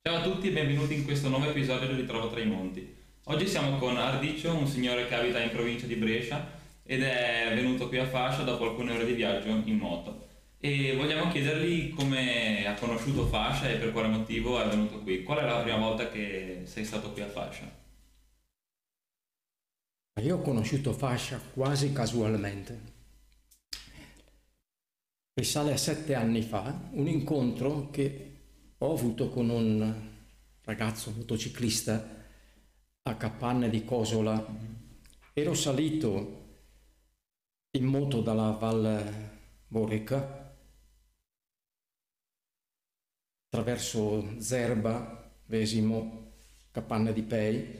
Ciao a tutti e benvenuti in questo nuovo episodio di Ritrovo tra i Monti. Oggi siamo con Ardiccio, un signore che abita in provincia di Brescia ed è venuto qui a Fascia dopo alcune ore di viaggio in moto. E vogliamo chiedergli come ha conosciuto Fascia e per quale motivo è venuto qui. Qual è la prima volta che sei stato qui a Fascia? Io ho conosciuto Fascia quasi casualmente. Risale a 7 anni fa, un incontro che ho avuto con un ragazzo motociclista a Capanne di Cosola. Ero salito in moto dalla Val Borica attraverso Zerba, Vesimo, Capanne di Pei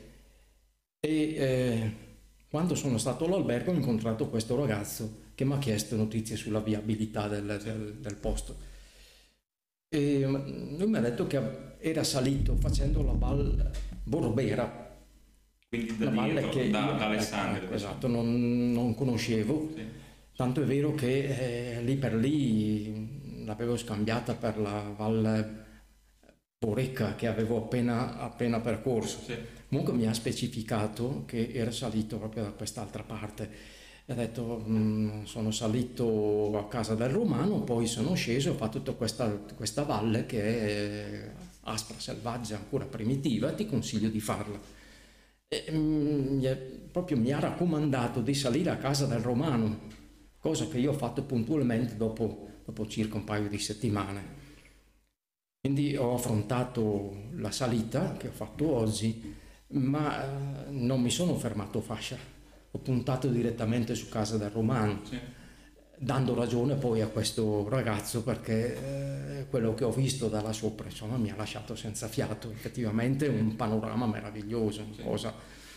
e quando sono stato all'albergo ho incontrato questo ragazzo che mi ha chiesto notizie sulla viabilità del posto. E lui mi ha detto che era salito facendo la Val Borbera, Quindi da una valle dietro, che io da Alessandria. esatto, non conoscevo, Sì. tanto è vero che lì per lì l'avevo scambiata per la Val Borecca che avevo appena percorso. Sì. Comunque mi ha specificato che era salito proprio da quest'altra parte. E ha detto, sono salito a casa del Romano, poi sono sceso e ho fatto tutta questa valle che è aspra, selvaggia, ancora primitiva, ti consiglio di farla. E, proprio mi ha raccomandato di salire a casa del Romano, cosa che io ho fatto puntualmente dopo circa un paio di settimane. Quindi ho affrontato la salita che ho fatto oggi, ma non mi sono fermato a Fascia, ho puntato direttamente su casa del Romano, Sì. dando ragione poi a questo ragazzo perché quello che ho visto da là sopra insomma mi ha lasciato senza fiato, effettivamente un panorama meraviglioso, una Sì. cosa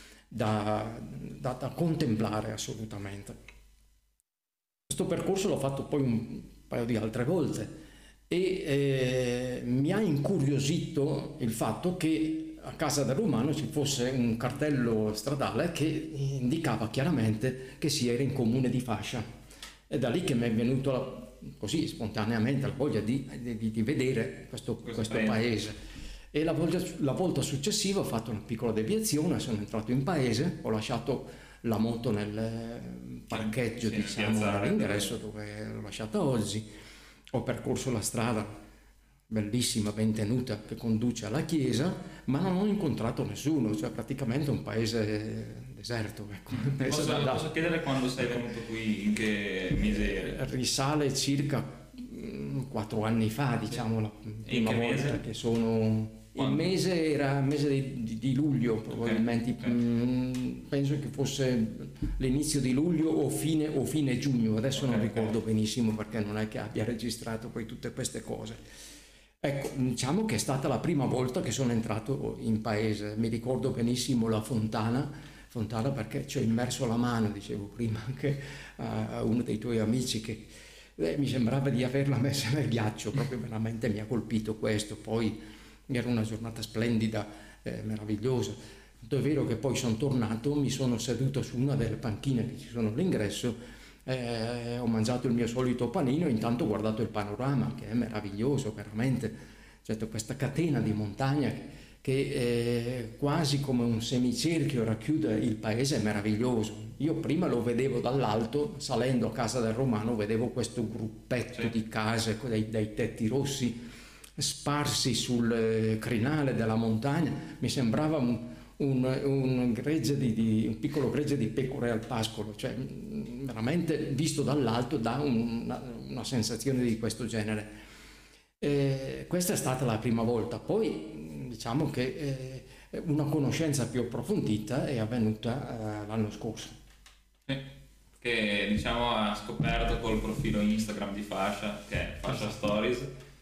da contemplare assolutamente. Questo percorso l'ho fatto poi un paio di altre volte e mi ha incuriosito il fatto che a casa del Romano ci fosse un cartello stradale che indicava chiaramente che si era in comune di Fascia. È da lì che mi è venuto così spontaneamente la voglia di vedere questo paese. E la volta successiva ho fatto una piccola deviazione, sono entrato in paese, ho lasciato la moto nel parcheggio, Sì, diciamo, piazzale. all'ingresso dove l'ho lasciata oggi. Ho percorso la strada bellissima, ben tenuta, che conduce alla chiesa, ma non ho incontrato nessuno, cioè praticamente un paese deserto. Ecco. Posso chiedere quando sei venuto qui, in che mese eri? Risale circa 4 anni fa, diciamo, la E in prima che volta mese? che sono. Il Quando? mese era il mese di luglio, probabilmente. Ok. Penso che fosse l'inizio di luglio o fine giugno, adesso non Ok. ricordo benissimo perché non è che abbia registrato poi tutte queste cose. Ecco, diciamo che è stata la prima volta che sono entrato in paese, mi ricordo benissimo la fontana perché ci ho immerso la mano, dicevo prima anche a uno dei tuoi amici che mi sembrava di averla messa nel ghiaccio, proprio veramente mi ha colpito questo, poi era una giornata splendida, meravigliosa. Tanto è vero che poi sono tornato, mi sono seduto su una delle panchine che ci sono all'ingresso, ho mangiato il mio solito panino e intanto ho guardato il panorama che è meraviglioso, veramente. C'è questa catena di montagna che quasi come un semicerchio racchiude il paese, è meraviglioso. Io prima lo vedevo dall'alto, salendo a casa del Romano, vedevo questo gruppetto di case dai tetti rossi sparsi sul crinale della montagna, mi sembrava un piccolo gregge di pecore al pascolo, cioè veramente visto dall'alto dà una sensazione di questo genere. Questa è stata la prima volta, poi diciamo che una conoscenza più approfondita è avvenuta l'anno scorso. Che diciamo ha scoperto col profilo Instagram di Fascia, che è Fascia Stories,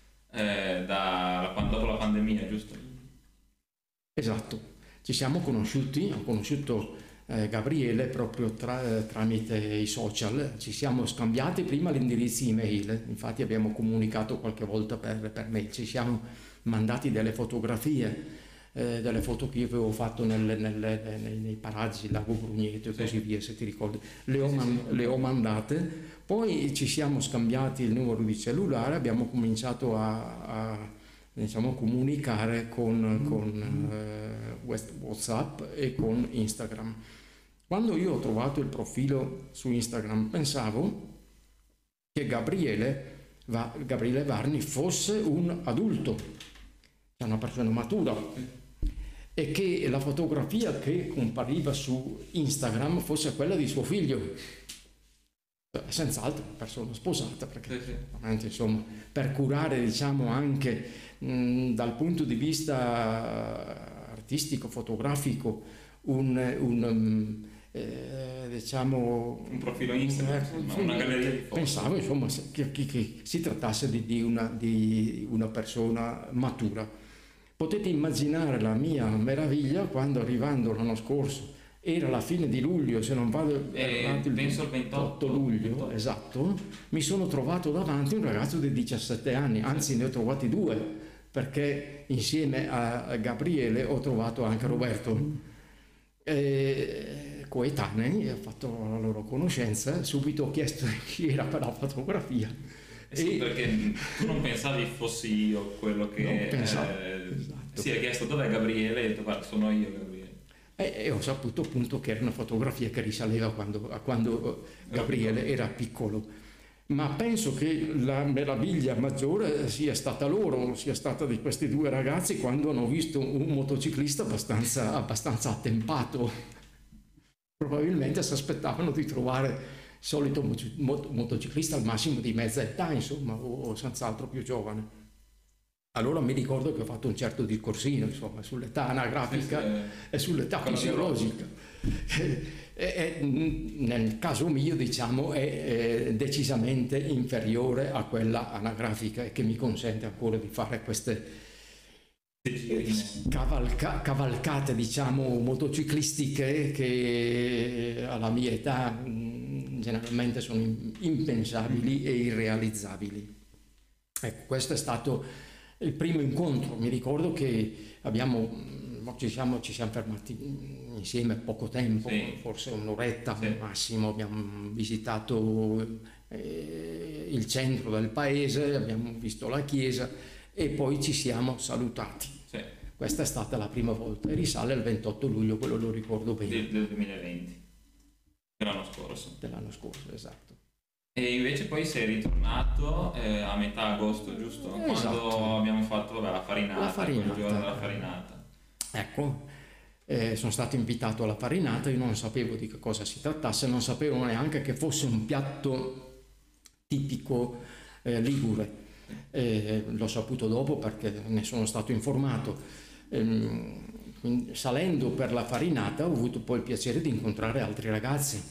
dopo la pandemia, giusto? Esatto, ci siamo conosciuti, ho conosciuto Gabriele proprio tramite i social, ci siamo scambiati prima gli indirizzi email, infatti abbiamo comunicato qualche volta per mail, ci siamo mandati delle fotografie, delle foto che io avevo fatto nei paraggi, Lago Brugneto e così via, se ti ricordi, le ho mandate, poi ci siamo scambiati il numero di cellulare, abbiamo cominciato a diciamo, comunicare con WhatsApp e con Instagram. Quando io ho trovato il profilo su Instagram pensavo che Gabriele Varni fosse un adulto, cioè una persona matura, e che la fotografia che compariva su Instagram fosse quella di suo figlio. Senz'altro persona sposata, perché veramente, insomma, per curare, diciamo, anche dal punto di vista artistico, fotografico, diciamo un profilo Instagram, una galleria di foto. Pensavo, insomma, che si trattasse di una persona matura. Potete immaginare la mia meraviglia quando, arrivando l'anno scorso, era la fine di luglio, se non vado avanti, penso il 28 luglio, esatto, mi sono trovato davanti un ragazzo di 17 anni, anzi ne ho trovati due, perché insieme a Gabriele ho trovato anche Roberto. Coetanei, ho fatto la loro conoscenza, subito ho chiesto chi era per la fotografia. Sì, perché tu non pensavi fossi io quello che... esatto. Sì, hai chiesto dov'è Gabriele e hai detto guarda, sono io Gabriele. E ho saputo appunto che era una fotografia che risaleva a quando Gabriele era piccolo. Ma penso che la meraviglia maggiore sia stata di questi due ragazzi quando hanno visto un motociclista abbastanza attempato. Probabilmente si aspettavano di trovare il solito motociclista al massimo di mezza età, insomma, o senz'altro più giovane. Allora mi ricordo che ho fatto un certo discorsino, insomma, sull'età anagrafica e sull'età fisiologica. Nel caso mio, diciamo, è decisamente inferiore a quella anagrafica e che mi consente ancora di fare queste cavalcate, diciamo, motociclistiche che alla mia età generalmente sono impensabili e irrealizzabili. Ecco, questo è stato il primo incontro. Mi ricordo che ci siamo fermati insieme poco tempo, forse un'oretta massimo. Abbiamo visitato il centro del paese, abbiamo visto la chiesa e poi ci siamo salutati. Questa è stata la prima volta e risale al 28 luglio, quello lo ricordo bene. Del 2020, dell'anno scorso, esatto. E invece poi sei ritornato a metà agosto, giusto? Esatto. Quando abbiamo fatto la farinata, quel giorno della farinata. Ecco, sono stato invitato alla farinata, io non sapevo di che cosa si trattasse, non sapevo neanche che fosse un piatto tipico ligure. L'ho saputo dopo perché ne sono stato informato. Quindi, salendo per la farinata ho avuto poi il piacere di incontrare altri ragazzi.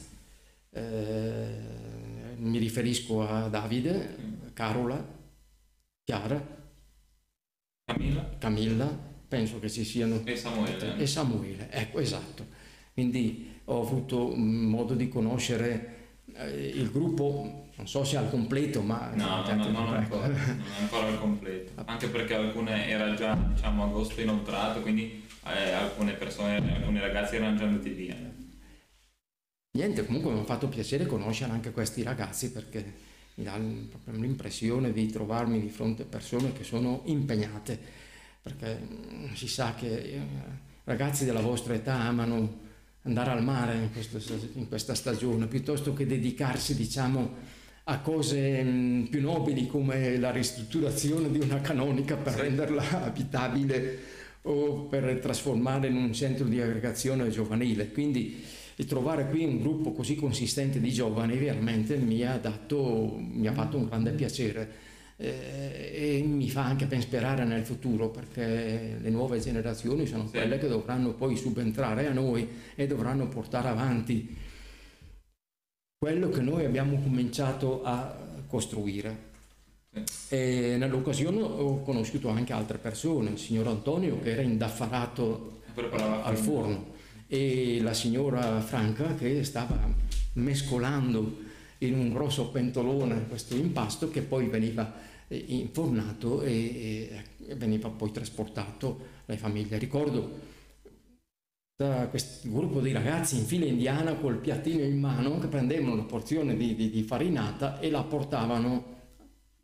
Mi riferisco a Davide, Carola, Chiara, Camilla, penso che ci siano, e Samuele, ecco, esatto. Quindi ho avuto modo di conoscere il gruppo, non so se al completo, ma non ancora al completo, anche perché alcune era già, diciamo, agosto inoltrato, quindi alcune ragazzi erano già andati via. Niente, comunque mi ha fatto piacere conoscere anche questi ragazzi, perché mi dà proprio l'impressione di trovarmi di fronte a persone che sono impegnate, perché si sa che ragazzi della vostra età amano andare al mare in questa stagione, piuttosto che dedicarsi, diciamo, a cose più nobili come la ristrutturazione di una canonica per renderla abitabile o per trasformarla in un centro di aggregazione giovanile. Quindi trovare qui un gruppo così consistente di giovani veramente mi ha fatto un grande piacere e mi fa anche ben sperare nel futuro, perché le nuove generazioni sono quelle che dovranno poi subentrare a noi e dovranno portare avanti quello che noi abbiamo cominciato a costruire. E nell'occasione ho conosciuto anche altre persone, il signor Antonio che era indaffarato al forno e la signora Franca che stava mescolando in un grosso pentolone questo impasto che poi veniva infornato e veniva poi trasportato alle famiglie. Ricordo questo gruppo di ragazzi in fila indiana col piattino in mano che prendevano una porzione di farinata e la portavano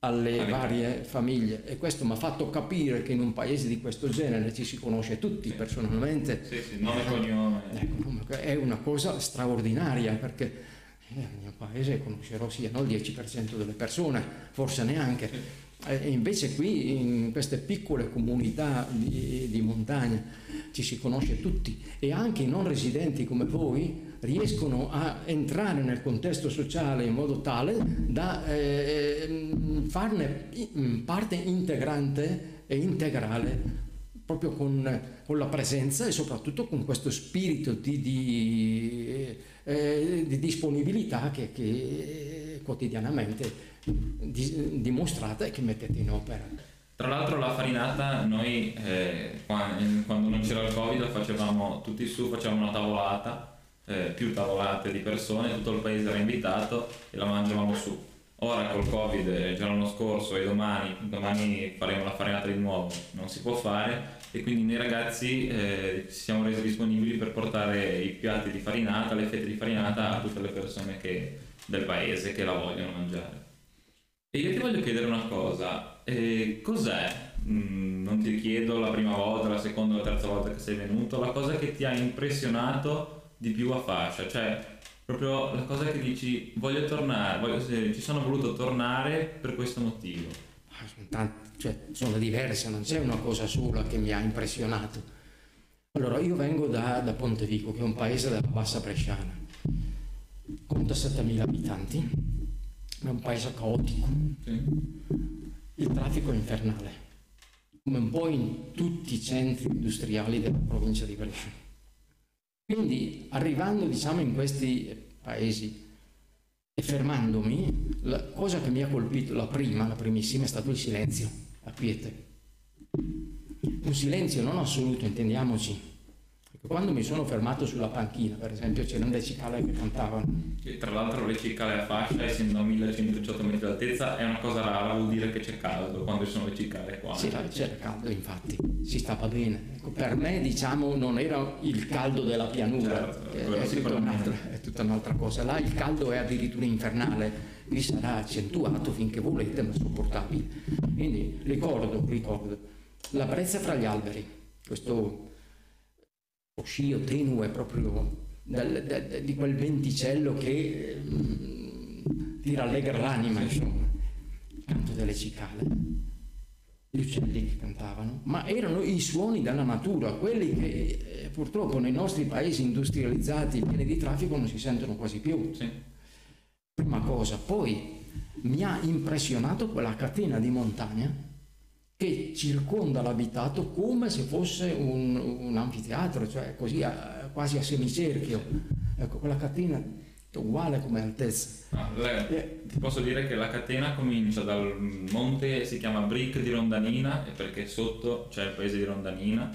alle varie famiglie, e questo mi ha fatto capire che in un paese di questo genere ci si conosce tutti personalmente. Sì, nome e cognome. È una cosa straordinaria, perché nel mio paese conoscerò no, il 10% delle persone, forse neanche. E invece qui in queste piccole comunità di montagna ci si conosce tutti, e anche i non residenti come voi riescono a entrare nel contesto sociale in modo tale da farne parte integrante e integrale, proprio con la presenza e soprattutto con questo spirito di disponibilità che quotidianamente dimostrate e che mettete in opera. Tra l'altro la farinata noi quando non c'era il Covid la facevamo tutti su, facevamo una tavolata, più tavolate di persone, tutto il paese era invitato e la mangiavamo su. Ora col Covid, già l'anno scorso e domani faremo la farinata di nuovo, non si può fare, e quindi noi ragazzi ci siamo resi disponibili per portare i piatti di farinata, le fette di farinata a tutte le persone del paese che la vogliono mangiare. E io ti voglio chiedere una cosa, cos'è, non ti chiedo la prima volta, la seconda o la terza volta che sei venuto, la cosa che ti ha impressionato di più a Fascia, cioè proprio la cosa che dici voglio tornare, ci sono voluto tornare per questo motivo? Sono diverse, non c'è una cosa sola che mi ha impressionato. Allora, io vengo da Pontevico, che è un paese della Bassa Bresciana, conta 7.000 abitanti, è un paese caotico, sì. Il traffico è infernale, come un po' in tutti i centri industriali della provincia di Brescia. Quindi arrivando in questi paesi e fermandomi, la cosa che mi ha colpito, la primissima, è stato il silenzio, la quiete. Un silenzio non assoluto, intendiamoci. Quando mi sono fermato sulla panchina, per esempio, c'erano le cicale che cantavano. E tra l'altro le cicale a Fascia, essendo a 1118 metri d'altezza, è una cosa rara, vuol dire che c'è caldo quando ci sono le cicale qua. Sì, c'era caldo, infatti, si stava bene. Ecco, per me, non era il caldo della pianura, certo, è tutta un'altra cosa. Là il caldo è addirittura infernale, qui sarà accentuato finché volete, ma sopportabile. Quindi ricordo la brezza fra gli alberi, questo scio tenue proprio di quel venticello che ti rallegra l'anima, insomma. Il canto delle cicale, gli uccelli che cantavano, ma erano i suoni della natura, quelli che purtroppo nei nostri paesi industrializzati pieni di traffico non si sentono quasi più. Sì. Prima cosa. Poi mi ha impressionato quella catena di montagna che circonda l'abitato come se fosse un anfiteatro, cioè così quasi a semicerchio. Ecco, quella catena è uguale come altezza. Ti posso dire che la catena comincia dal monte, si chiama Bric di Rondanina, perché sotto c'è il paese di Rondanina,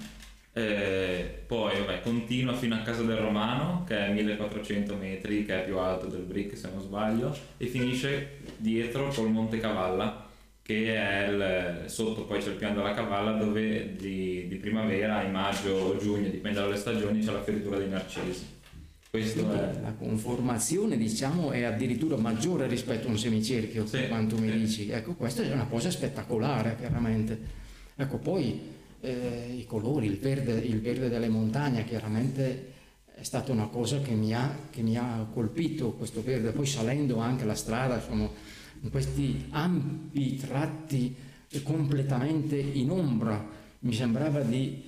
poi continua fino a Casa del Romano, che è 1400 metri, che è più alto del Bric se non sbaglio, e finisce dietro col Monte Cavalla, che è sotto. Poi c'è il piano della Cavalla, dove di primavera, in maggio o giugno, dipende dalle stagioni, c'è la fioritura dei narcisi. La conformazione, è addirittura maggiore rispetto a un semicerchio, sì, quanto mi dici. Ecco, questa è una cosa spettacolare, chiaramente. Ecco, poi i colori, il verde delle montagne, chiaramente è stata una cosa che mi ha colpito, questo verde. Poi salendo anche la strada, sono in questi ampi tratti completamente in ombra, mi sembrava di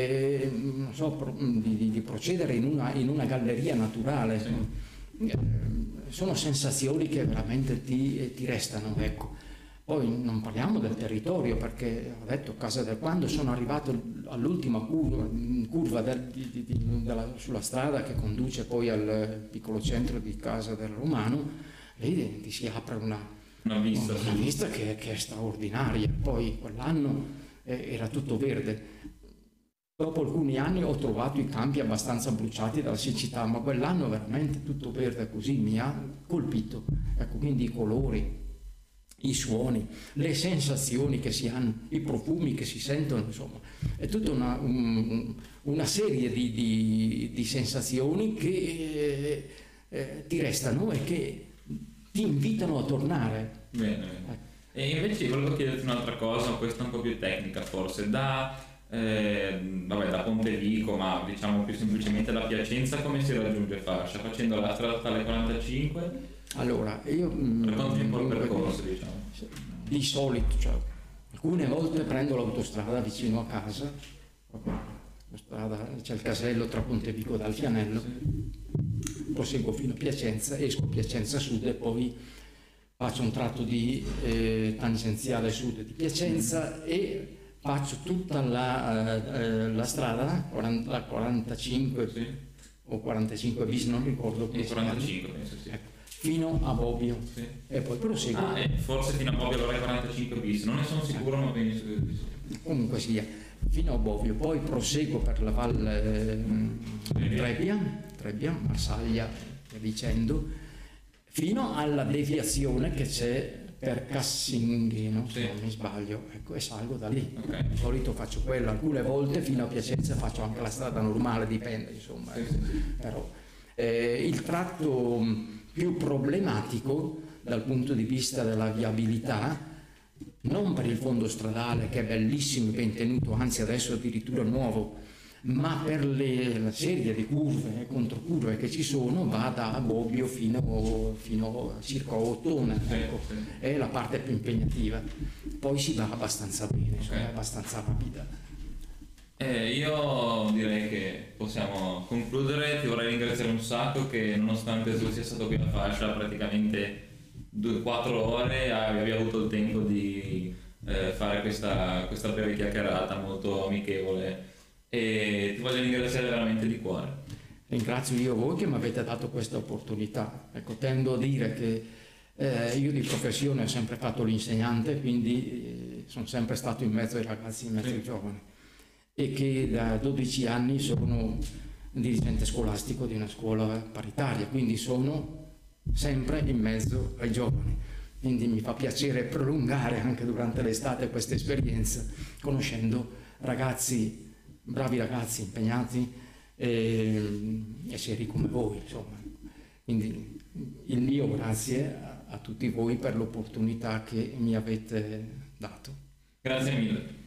procedere in una galleria naturale. Sì. Sono sensazioni che veramente ti restano, ecco. Poi non parliamo del territorio, perché ho detto quando sono arrivato all'ultima curva sulla strada che conduce poi al piccolo centro di Casa del Romano, lì ti si apre una vista che è straordinaria. Poi quell'anno era tutto verde. Dopo alcuni anni ho trovato i campi abbastanza bruciati dalla siccità, ma quell'anno veramente tutto verde così mi ha colpito. Ecco, quindi i colori, i suoni, le sensazioni che si hanno, i profumi che si sentono, insomma, è tutta una serie di sensazioni che ti restano e che ti invitano a tornare. Bene. E invece volevo chiederti un'altra cosa, questa un po' più tecnica forse, da Pontevico, ma diciamo più semplicemente da Piacenza, come si raggiunge Fascia? Facendo la strada tale 45? Allora, io Racconti un po' il percorso, diciamo. di solito, cioè, alcune volte prendo l'autostrada vicino a casa, proprio la strada, c'è il casello tra Pontevico e Alfianello, proseguo fino a Piacenza, esco a Piacenza Sud e poi faccio un tratto di tangenziale sud di Piacenza e faccio tutta la strada, la 45 Sì. o 45 bis, non ricordo come Il si chiama. 45 penso sì. Ecco, fino a Bobbio, Sì. e poi proseguo. Forse fino a Bobbio allora è 45 bis, non ne sono sicuro ma penso che sì. Comunque sia, fino a Bobbio, poi proseguo per la Valle Trebbia, Marsaglia e dicendo, fino alla deviazione che c'è per Cassinghino, se non mi sbaglio, ecco, e salgo da lì. Okay. Di solito faccio quello, alcune volte fino a Piacenza faccio anche la strada normale, dipende, insomma. Ecco. Però il tratto più problematico dal punto di vista della viabilità, non per il fondo stradale che è bellissimo, ben tenuto, anzi adesso addirittura nuovo, ma per la serie di curve e controcurve che ci sono, va da Bobbio fino a circa Ottone, ecco, è la parte più impegnativa. Poi si va abbastanza bene, è abbastanza rapida. Io direi che possiamo concludere, ti vorrei ringraziare un sacco che nonostante tu sia stato qui a Fascia praticamente 4 ore abbia avuto il tempo di fare questa breve chiacchierata molto amichevole e ti voglio ringraziare veramente di cuore. Ringrazio io voi che mi avete dato questa opportunità. Ecco, tendo a dire che io di professione ho sempre fatto l'insegnante, quindi sono sempre stato in mezzo ai ragazzi, in mezzo ai giovani, e che da 12 anni sono dirigente scolastico di una scuola paritaria, quindi sono sempre in mezzo ai giovani. Quindi mi fa piacere prolungare anche durante l'estate questa esperienza, conoscendo ragazzi, bravi ragazzi impegnati e seri come voi, insomma. Quindi il mio grazie a tutti voi per l'opportunità che mi avete dato. Grazie mille.